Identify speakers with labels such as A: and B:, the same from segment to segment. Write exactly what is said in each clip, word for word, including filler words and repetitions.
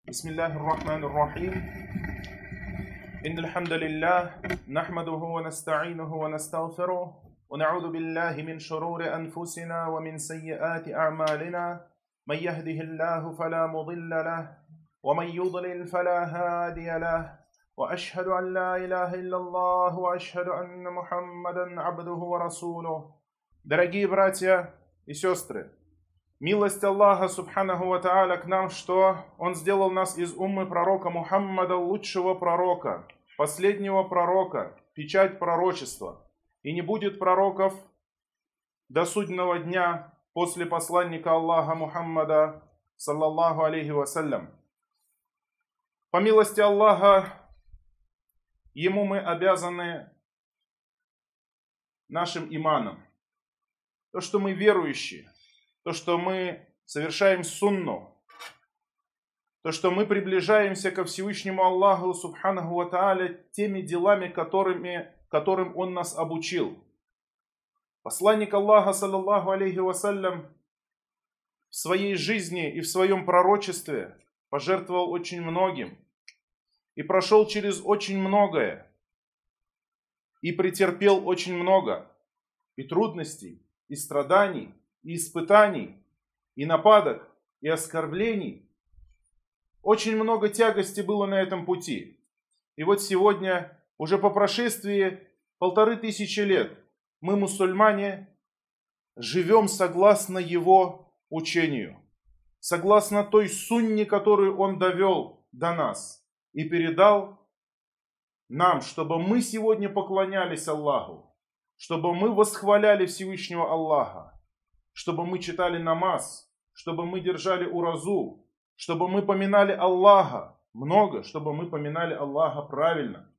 A: بسم الله الرحمن الرحيم إن الحمد لله نحمده ونستعينه ونستغفره ونعوذ بالله من شرور أنفسنا ومن سيئات أعمالنا من يهده الله فلا مضل له ومن يضلل فلا هادي له وأشهد أن لا إله إلا الله وأشهد أن محمدا عبده ورسوله. Дорогие братья и сестры, милость Аллаха Субханаху ва Тааля к нам, что Он сделал нас из уммы пророка Мухаммада, лучшего пророка, последнего пророка, печать пророчества. И не будет пророков до судного дня после посланника Аллаха Мухаммада, саллаллаху алейхи вассалям. По милости Аллаха, Ему мы обязаны нашим иманом. То, что мы верующие, то, что мы совершаем сунну, то, что мы приближаемся ко Всевышнему Аллаху Субханаху ва Тааля теми делами, которыми, которым Он нас обучил. Посланник Аллаха, саллаллаху алейхи вассалям, в своей жизни и в своем пророчестве пожертвовал очень многим и прошел через очень многое, и претерпел очень много и трудностей, и страданий, и испытаний, и нападок, и оскорблений. Очень много тягости было на этом пути. И вот сегодня, уже по прошествии полторы тысячи лет, мы, мусульмане, живем согласно его учению, согласно той сунне, которую он довел до нас и передал нам, чтобы мы сегодня поклонялись Аллаху, чтобы мы восхваляли Всевышнего Аллаха, чтобы мы читали намаз, чтобы мы держали уразу, чтобы мы поминали Аллаха много, чтобы мы поминали Аллаха правильно.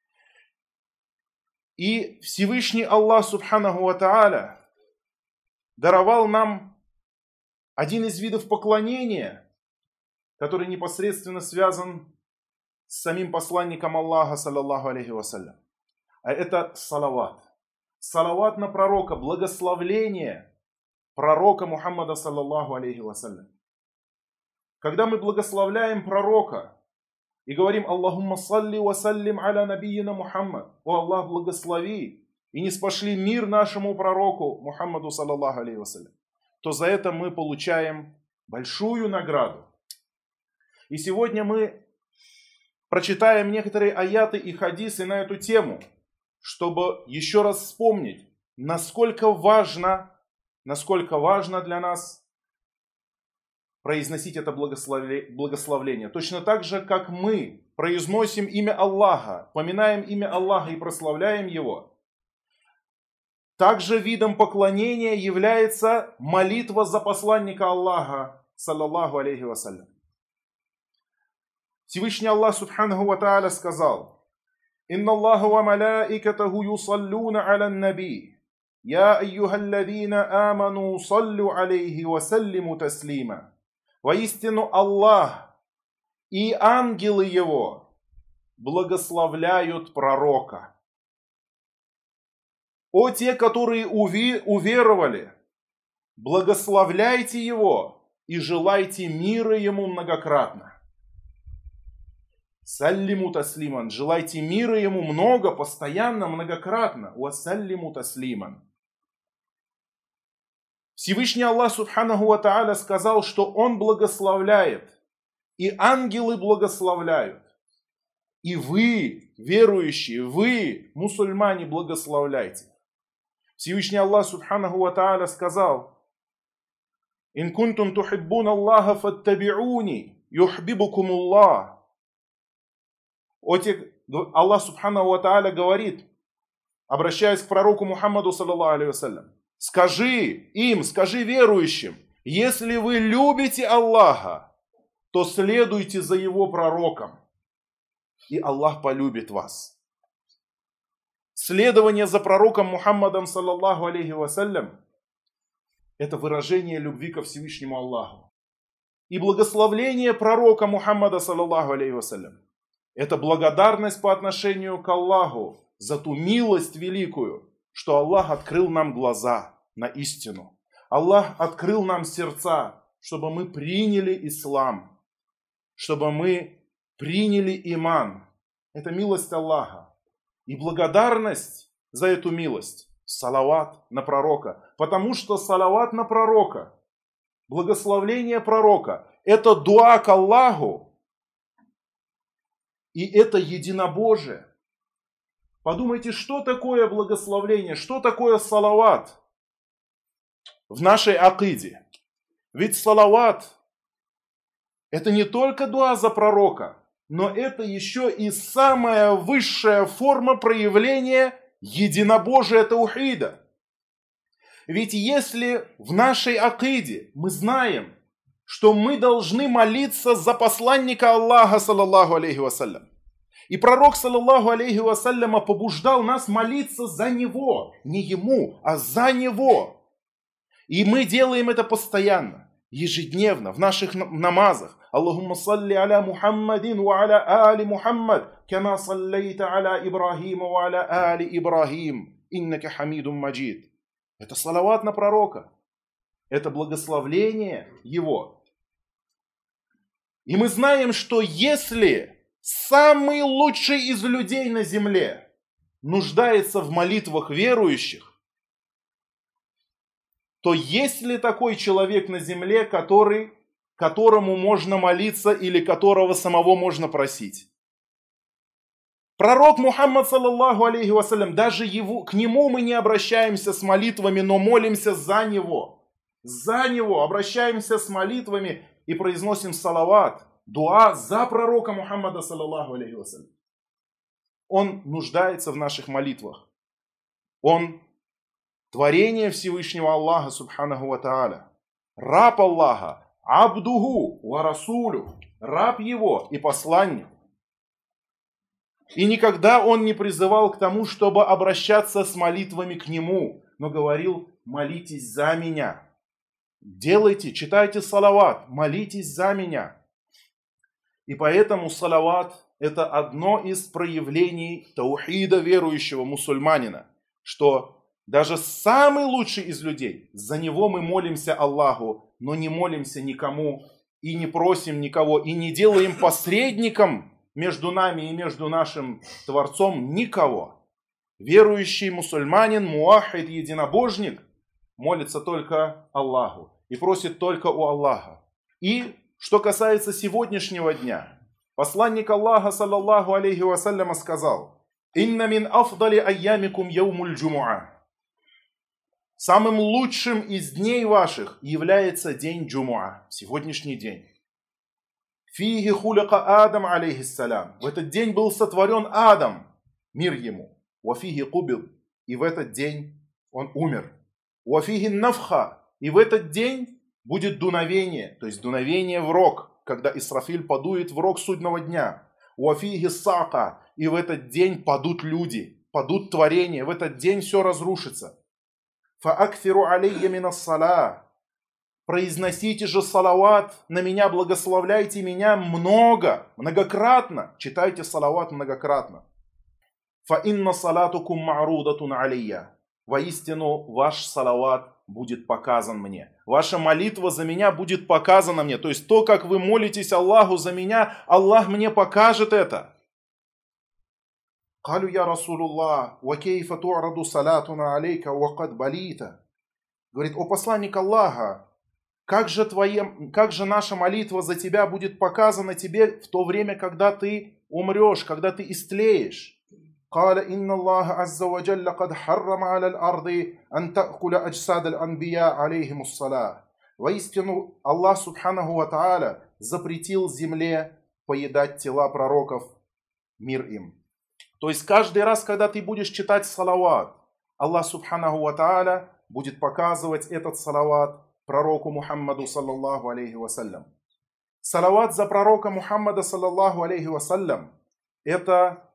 A: И Всевышний Аллах Субханаху ва Тааля даровал нам один из видов поклонения, который непосредственно связан с самим посланником Аллаха, саллаллаху алейхи вассалям. А это салават. Салават на пророка, благословление пророка Мухаммада, саллаллаху алейхи вассалям. Когда мы благословляем пророка и говорим «Аллахумма салли ва саллим аля набийина Мухаммад», «О Аллах, благослови и не спошли мир нашему пророку Мухаммаду, саллаллаху алейхи вассалям», то за это мы получаем большую награду. И сегодня мы прочитаем некоторые аяты и хадисы на эту тему, чтобы еще раз вспомнить, насколько важно, насколько важно для нас произносить это благословление. Точно так же, как мы произносим имя Аллаха, поминаем имя Аллаха и прославляем Его, также видом поклонения является молитва за посланника Аллаха, саллаллаху алейхи вассалям. Всевышний Аллах Субханаху ва Тааля сказал: «Инна Аллаха ва малаикатаху юсаллюна аля наби, я айюхалладина аману саллю алейхи ва саллиму таслима». Воистину Аллах и ангелы Его благословляют пророка. О те, которые уверовали, благословляйте Его и желайте мира Ему многократно. Саллиму таслиман. Желайте мира Ему много, постоянно, многократно. Уассаллиму таслиман. Всевышний Аллах Субханаху ва Тааля сказал, что Он благословляет, и ангелы благословляют. И вы, верующие, вы, мусульмане, благословляйте. Всевышний Аллах Субханаху ва Тааля сказал: «Ин кунтум тухиббуна Аллаха фаттабиуни, юхбибукум Аллах». Аллах Субханаху ва Тааля говорит, обращаясь к пророку Мухаммаду, саллаллаху алейхи вассалям: скажи им, скажи верующим, если вы любите Аллаха, то следуйте за Его пророком, и Аллах полюбит вас. Следование за пророком Мухаммадом, саллаллаху алейхи вассалям, это выражение любви ко Всевышнему Аллаху. И благословление пророка Мухаммада, саллаллаху алейхи вассалям, это благодарность по отношению к Аллаху за ту милость великую, что Аллах открыл нам глаза на истину. Аллах открыл нам сердца, чтобы мы приняли ислам, чтобы мы приняли иман. Это милость Аллаха. И благодарность за эту милость. Салават на пророка. Потому что салават на пророка, благословление пророка, это дуа к Аллаху. И это единобожие. Подумайте, что такое благословление, что такое салават в нашей акиде. Ведь салават это не только дуа за пророка, но это еще и самая высшая форма проявления единобожия таухида. Ведь если в нашей акиде мы знаем, что мы должны молиться за посланника Аллаха, саллаллаху алейхи вассалям, и пророк, саллаллаху алейхи вассаляма, побуждал нас молиться за него, не ему, а за него. И мы делаем это постоянно, ежедневно, в наших намазах. Аллахумма салли аля Мухаммадин ва аля али Мухаммад, кама саллейта аля Ибрахима ва аля али Ибрахим, иннака хамидун маджид. Это салават на пророка. Это благословление его. И мы знаем, что если самый лучший из людей на земле нуждается в молитвах верующих, то есть ли такой человек на земле, который, которому можно молиться или которого самого можно просить? Пророк Мухаммад, саллаллаху алейхи вассалям, даже его, к нему мы не обращаемся с молитвами, но молимся за него. За него обращаемся с молитвами и произносим салават, дуа за пророка Мухаммада, саллаллаху алейхи вассалям. Он нуждается в наших молитвах. Он творение Всевышнего Аллаха, субханаху ва тааля. Раб Аллаха, абдуху ва расулю. Раб его и посланник. И никогда он не призывал к тому, чтобы обращаться с молитвами к нему, но говорил: молитесь за меня. Делайте, читайте салават, молитесь за меня. И поэтому салават – это одно из проявлений таухида верующего мусульманина, что даже самый лучший из людей, за него мы молимся Аллаху, но не молимся никому и не просим никого, и не делаем посредником между нами и между нашим Творцом никого. Верующий мусульманин, муахид, единобожник, молится только Аллаху и просит только у Аллаха. И что касается сегодняшнего дня, посланник Аллаха, саллаллаху алейхи вассаляма, сказал: «Инна мин афдали айямикум яумуль джумуа». Самым лучшим из дней ваших является день джумуа, сегодняшний день. Фиги хулика Адам, алейхиссалям. В этот день был сотворен Адам, мир ему. Вафиги кубил. И в этот день он умер. Вафиги нафха. И в этот день будет дуновение, то есть дуновение в рог, когда Исрафиль подует в рог судного дня. Вафиги сака. И в этот день падут люди, падут творения. В этот день все разрушится. Фаакфиру алейя минас саля. Произносите же салават на меня, благословляйте меня много, многократно. Читайте салават многократно. Фа инна салатукум ма'рудатун алейя. Воистину ваш салават будет показан мне. Ваша молитва за меня будет показана мне. То есть то, как вы молитесь Аллаху за меня, Аллах мне покажет это. Калю я Расулуллах, ва кейфа ту'раду салатуна алейка ва кад балита. Говорит: о посланник Аллаха, как же, твоя, как же наша молитва за тебя будет показана тебе в то время, когда ты умрешь, когда ты истлеешь? قال إن الله عز وجل قد حرم على الأرض أن تأكل أجساد الأنبياء عليهم الصلاة. Воистину, Аллах Субханаху ва Тааля запретил земле поедать тела пророков, мир им. То есть каждый раз, когда ты будешь читать салават, Аллах Субханаху ва Тааля будет показывать этот салават пророку Мухаммаду, саллаллаху алейхи вассалям. Салават за пророка Мухаммада, саллаллаху алейхи вассалям, это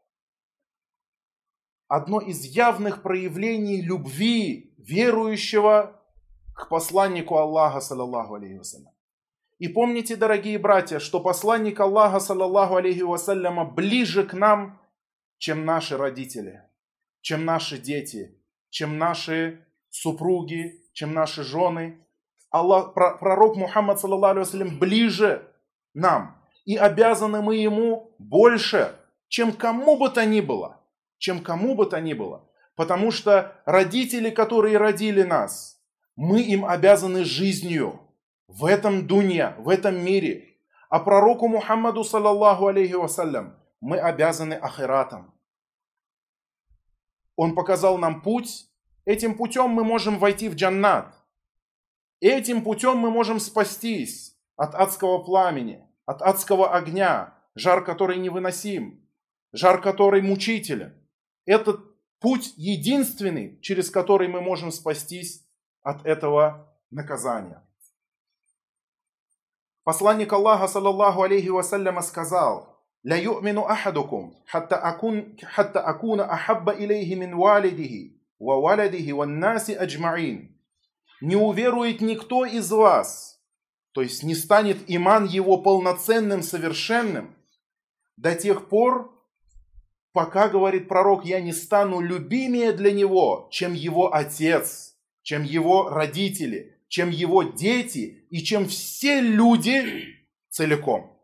A: одно из явных проявлений любви верующего к посланнику Аллаха, саллаллаху алейхи вассалям. И помните, дорогие братья, что посланник Аллаха, саллаллаху алейхи вассаляма, ближе к нам, чем наши родители, чем наши дети, чем наши супруги, чем наши жены. Аллах, пророк Мухаммад, саллаллаху алейхи вассалям, ближе нам. и обязаны мы ему больше, чем кому бы то ни было. Чем кому бы то ни было. Потому что родители, которые родили нас, мы им обязаны жизнью в этом дунья, в этом мире. А пророку Мухаммаду, саллаллаху алейхи вассалям, мы обязаны ахиратом. Он показал нам путь. Этим путем мы можем войти в джаннат. Этим путем мы можем спастись от адского пламени, от адского огня, жар который невыносим, жар который мучителен. Этот путь единственный, через который мы можем спастись от этого наказания. Посланник Аллаха, саллаллаху алейхи вассаляма, сказал: «Ля ю'мину ахадукум, хатта акун, хатта акуна ахабба илейхи мин валидихи, ва валядихи, ван наси аджмаин». Не уверует никто из вас, то есть не станет иман его полноценным, совершенным, до тех пор, пока, говорит пророк, я не стану любимее для него, чем его отец, чем его родители, чем его дети и чем все люди целиком.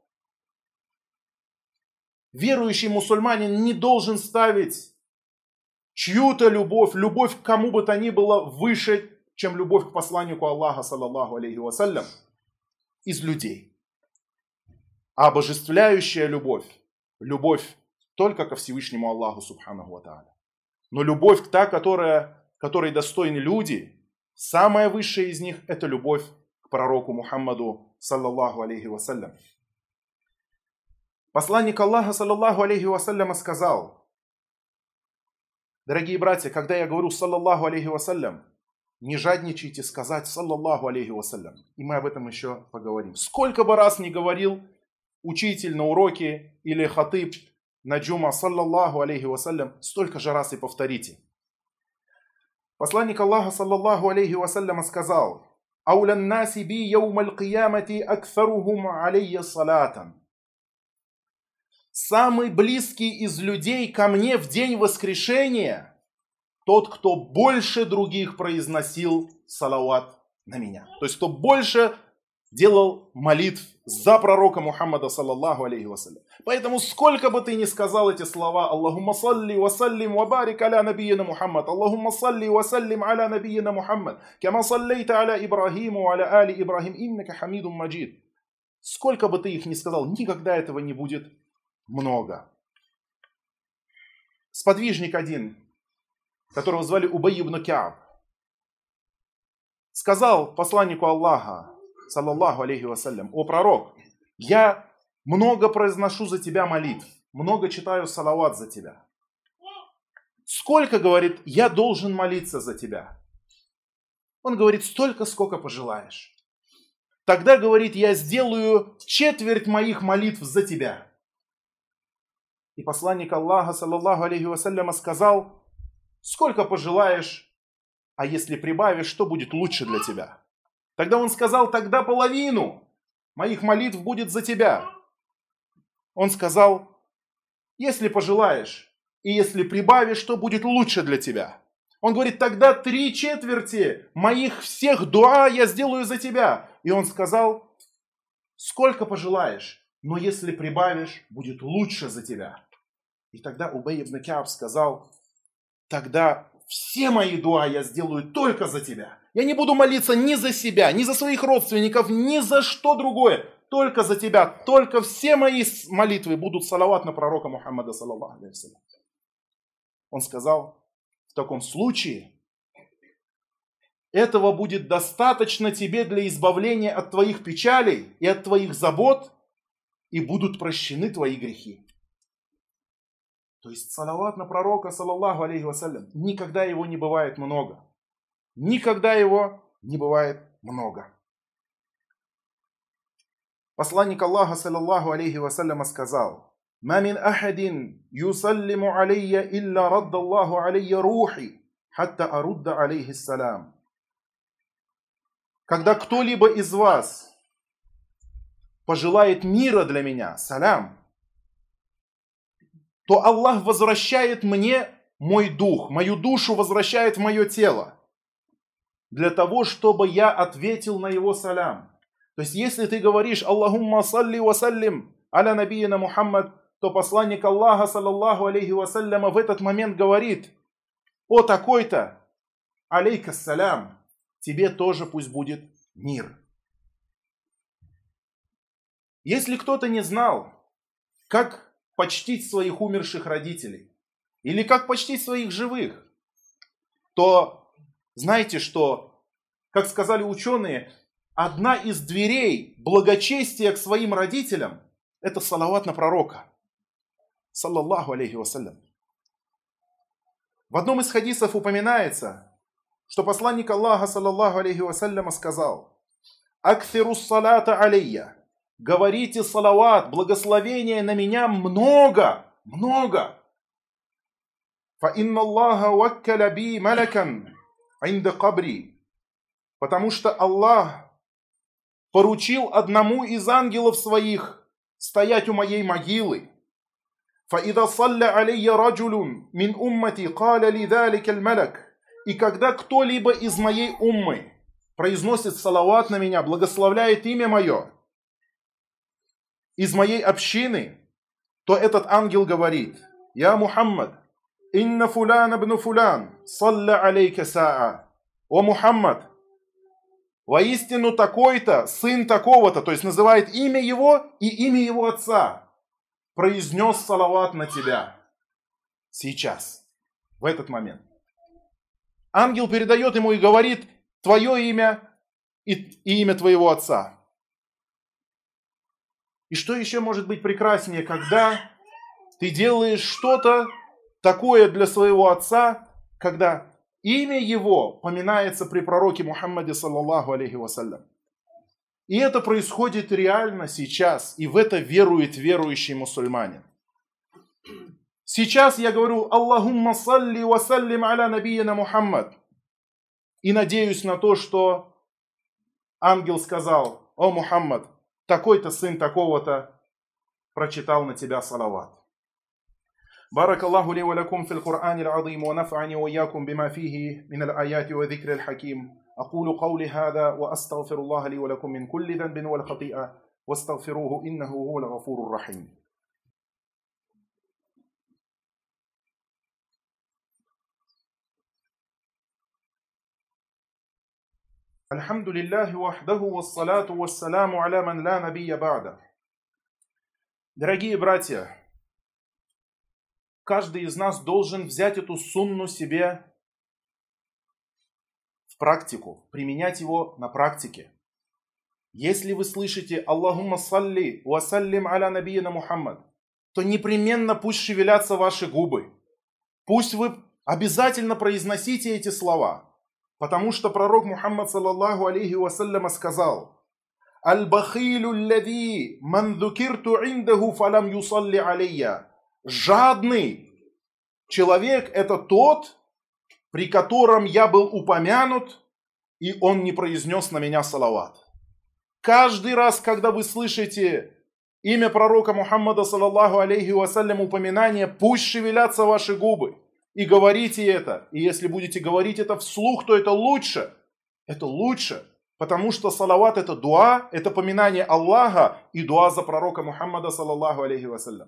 A: Верующий мусульманин не должен ставить чью-то любовь, любовь к кому бы то ни было выше, чем любовь к посланнику Аллаха, саллаллаху алейхи вассалям, из людей. А обожествляющая любовь, любовь только ко Всевышнему Аллаху, субханаху ва тааля. Но любовь та, которая, которой достойны люди, самая высшая из них, это любовь к пророку Мухаммаду, саллаллаху алейхи вассалям. Посланник Аллаха, саллаллаху алейхи вассалям, сказал: дорогие братья, когда я говорю саллаллаху алейхи вассалям, не жадничайте сказать саллаллаху алейхи вассалям. И мы об этом еще поговорим. Сколько бы раз ни говорил учитель на уроке или хатыб на джума саллаллаху алейхи вассалям, столько же раз и повторите. Посланник Аллаха, саллаллаху алейхи вассалям, сказал: «Аулян наси би яумаль киямати акфарухум алейя салатан». Самый близкий из людей ко мне в день воскрешения тот, кто больше других произносил салават на меня. То есть, кто больше делал молитв за пророка Мухаммада, саллаллаху алейхи вассалям. Поэтому, сколько бы ты ни сказал эти слова: Аллахумма салли ва саллим ва барик аля набийина Мухаммад, Аллахумма салли ва саллим аля набийина Мухаммад, кама саллейта аля Ибрахиму ва аля али Ибрахим, иннака хамидум маджид. Сколько бы ты их ни сказал, никогда этого не будет много. Сподвижник один, которого звали Убай ибн Кааб, сказал посланнику Аллаха, саллаллаху алейхи вассалям: о пророк, я много произношу за тебя молитв, много читаю салават за тебя. Сколько, говорит, я должен молиться за тебя? Он говорит: столько, сколько пожелаешь. Тогда, говорит, я сделаю четверть моих молитв за тебя. И посланник Аллаха, саллаллаху алейхи вассалям, сказал: сколько пожелаешь, а если прибавишь, что будет лучше для тебя? Тогда он сказал: тогда половину моих молитв будет за тебя. Он сказал: если пожелаешь, и если прибавишь, что будет лучше для тебя? Он говорит: тогда три четверти моих всех дуа я сделаю за тебя. И он сказал: сколько пожелаешь, но если прибавишь, будет лучше за тебя. И тогда Убай ибн Кааб сказал: тогда все мои дуа я сделаю только за тебя. Я не буду молиться ни за себя, ни за своих родственников, ни за что другое. Только за тебя. Только все мои молитвы будут салават на пророка Мухаммада, саллаллаху алейхи вассалям. Он сказал: в таком случае этого будет достаточно тебе для избавления от твоих печалей и от твоих забот, и будут прощены твои грехи. То есть салават на пророка, саллаллаху алейхи вассалям, никогда его не бывает много. Никогда его не бывает много. Посланник Аллаха, саллаллаху алейхи вассалям, сказал: «Ма мин ахадин юсаллиму алейя илля радда Аллаху алейя рухи, хатта арудда алейхи салям». Когда кто-либо из вас пожелает мира для меня, салям, то Аллах возвращает мне мой дух, мою душу возвращает в мое тело, для того, чтобы я ответил на его салям. То есть, если ты говоришь: Аллахумма салли ва саллим аля набийина Мухаммад, то посланник Аллаха, саллаллаху алейхи вассаляма, в этот момент говорит: о такой-то, алейкассалям, тебе тоже пусть будет мир. Если кто-то не знал, как почтить своих умерших родителей, или как почтить своих живых, то знаете, что, как сказали ученые, одна из дверей благочестия к своим родителям – это салават на пророка, саллаллаху алейхи вассалям. В одном из хадисов упоминается, что посланник Аллаха, саллаллаху алейхи вассаляма, сказал: «Акфирус салата алейя». Говорите салават, благословение на меня много, много. فَإِنَّ اللَّهَ وَكَّلَ بِي مَلَكًا عِنْدَ قَبْرِي. Потому что Аллах поручил одному из ангелов своих стоять у моей могилы. فَإِذَا صَلَّ عَلَيَّ رَجُلٌ مِنْ أُمَّتِي قَالَ لِذَلِكَ الْمَلَكِ. И когда кто-либо из моей уммы произносит салават на меня, благословляет имя мое, из моей общины, то этот ангел говорит: «Я Мухаммад, инна фулян ибн фулян, салля алейка саа». О Мухаммад, воистину такой-то, сын такого-то, то есть называет имя его и имя его отца, произнес салават на тебя. Сейчас, в этот момент. Ангел передает ему и говорит: твое имя и, и имя твоего отца. И что еще может быть прекраснее, когда ты делаешь что-то такое для своего отца, когда имя его поминается при пророке Мухаммаде, саллаллаху алейхи вассалям. И это происходит реально сейчас, и в это верует верующий мусульманин. Сейчас я говорю: Аллахумма салли ва саллим аля набийина Мухаммад. И надеюсь на то, что ангел сказал: о Мухаммад, такой-то сын такого-то прочитал на тебя салават. بارك الله لي ولكم في القرآن العظيم ونفعني وإياكم بما فيه من الآيات وذكر الحكيم. أقول قولي هذا وأستغفر الله لي ولكم من كل ذنب والخطيئة واستغفروه إنه هو الغفور الرحيم. الحمد لله وحده والصلاة والسلام على من لا نبي بعده. Дорогие братья, каждый из нас должен взять эту сунну себе в практику, применять его на практике. Если вы слышите «Аллахумма салли ва саллим аля набийина Мухаммад», то непременно пусть шевелятся ваши губы. Пусть вы обязательно произносите эти слова. Потому что пророк Мухаммад, саллаллаху алейхи вассаляма, сказал: «Аль-бахилю аллади ман зукирту индаху фалам юсалли алейя». Жадный человек – это тот, при котором я был упомянут, и он не произнес на меня салават. Каждый раз, когда вы слышите имя пророка Мухаммада, саллаллаху алейхи вассалям, упоминание, пусть шевелятся ваши губы. И говорите это. И если будете говорить это вслух, то это лучше. Это лучше. Потому что салават – это дуа, это поминание Аллаха и дуа за пророка Мухаммада, саллаллаху алейхи вассалям.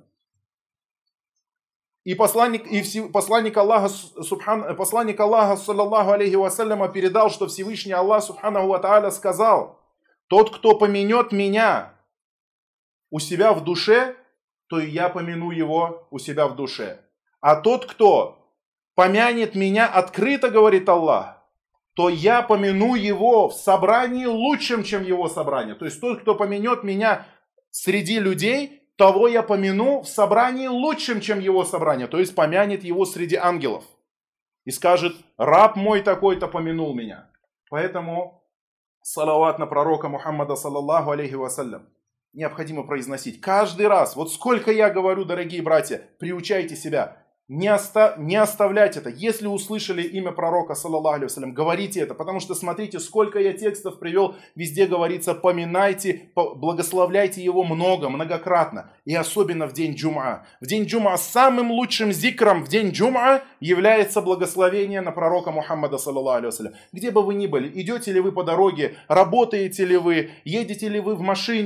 A: И посланник, и все, посланник Аллаха, субхан, посланник Аллаха, саллаллаху алейхи вассаляма, передал, что Всевышний Аллах, субханаху ва тааля, сказал: тот, кто помянет меня у себя в душе, то и я помяну его у себя в душе. А тот, кто помянет меня открыто, говорит Аллах, то я помяну его в собрании лучшим, чем его собрание. То есть тот, кто помянет меня среди людей, того я помяну в собрании лучшим, чем его собрание. То есть помянет его среди ангелов. И скажет: раб мой такой-то помянул меня. Поэтому салават на пророка Мухаммада, саллаллаху алейхи вассалям, необходимо произносить каждый раз. Вот сколько я говорю, дорогие братья, приучайте себя. Не, оста... не оставлять это. Если услышали имя пророка, саллаллаху алейхи вассалям, говорите это. Потому что смотрите, сколько я текстов привел. Везде говорится: поминайте, благословляйте его много, многократно. И особенно в день джум'a. В день джум'a самым лучшим зикром в день джум'a является благословение на пророка Мухаммада, саллаллаху алейхи вассалям. Где бы вы ни были, идете ли вы по дороге, работаете ли вы, едете ли вы в машине,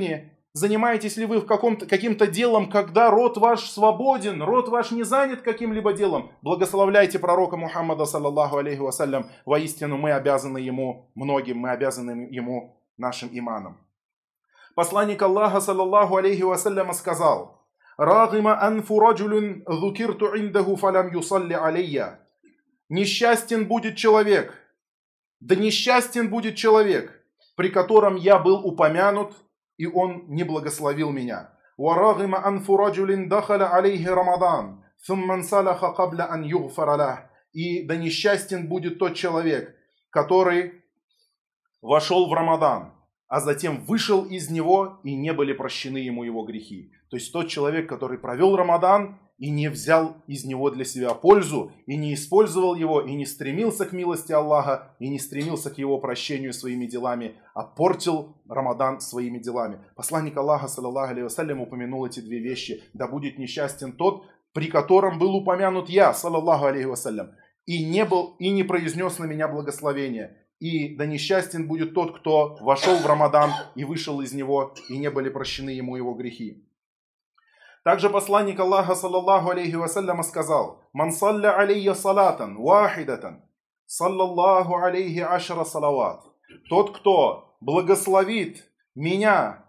A: Занимаетесь ли вы в каком-то, каким-то делом, когда род ваш свободен, род ваш не занят каким-либо делом? Благословляйте пророка Мухаммада, саллаллаху алейхи вассалям. Воистину мы обязаны ему многим, мы обязаны ему нашим иманом. Посланник Аллаха, саллаллаху алейхи вассалям, сказал: «Рагима анфу раджулюн зукирту индаху фалям юсалли алейя». Несчастен будет человек, да несчастен будет человек, при котором я был упомянут, и он не благословил меня. «Варагима анфу раджулин дахаля алейхи рамадан, thumman салаха кабля ан югфара лах». И да несчастен будет тот человек, который вошел в Рамадан, а затем вышел из него, и не были прощены ему его грехи. То есть тот человек, который провел Рамадан и не взял из него для себя пользу, и не использовал его, и не стремился к милости Аллаха, и не стремился к его прощению своими делами, а портил Рамадан своими делами. Посланник Аллаха, саллаллаху алейхи вассалям, упомянул эти две вещи. Да будет несчастен тот, при котором был упомянут я, саллаллаху алейхи вассалям, и не был, и не произнес на меня благословения. И да несчастен будет тот, кто вошел в Рамадан и вышел из него, и не были прощены ему его грехи. Также посланник Аллаха, саллаллаху алейхи вассалям, сказал: «Ман салля алейя салатан вахидатан, саллаллаху алейхи ашра салават». Тот, кто благословит меня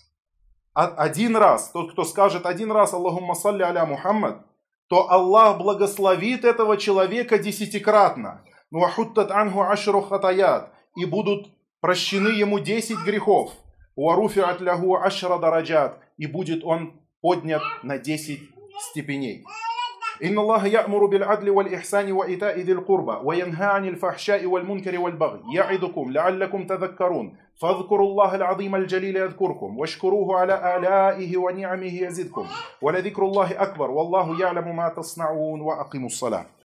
A: один раз, тот, кто скажет один раз «Аллахумма салли аля Мухаммад», то Аллах благословит этого человека десятикратно. «Вахуттат анху ашру хатаят», и будут прощены ему десять грехов. «Варуфиат лаху ашра дараджат», и будет он поднят на десять степеней. «Инна Аллаха я'муру бил адли валь ихсани ва ита'i дил курба, ва янха анил фахша'i валь мункари валь баги, я'идукум ла'аллакум тадаккарун, фадhкуру Аллаха аль-азим аль-джалили ядhкуркум, вашкуруху аля алаихи ва ни'амихи язидкум, ва лазикру Аллахи акбар, валлаху я'ламу ма тасна'ун, ва акимус салат».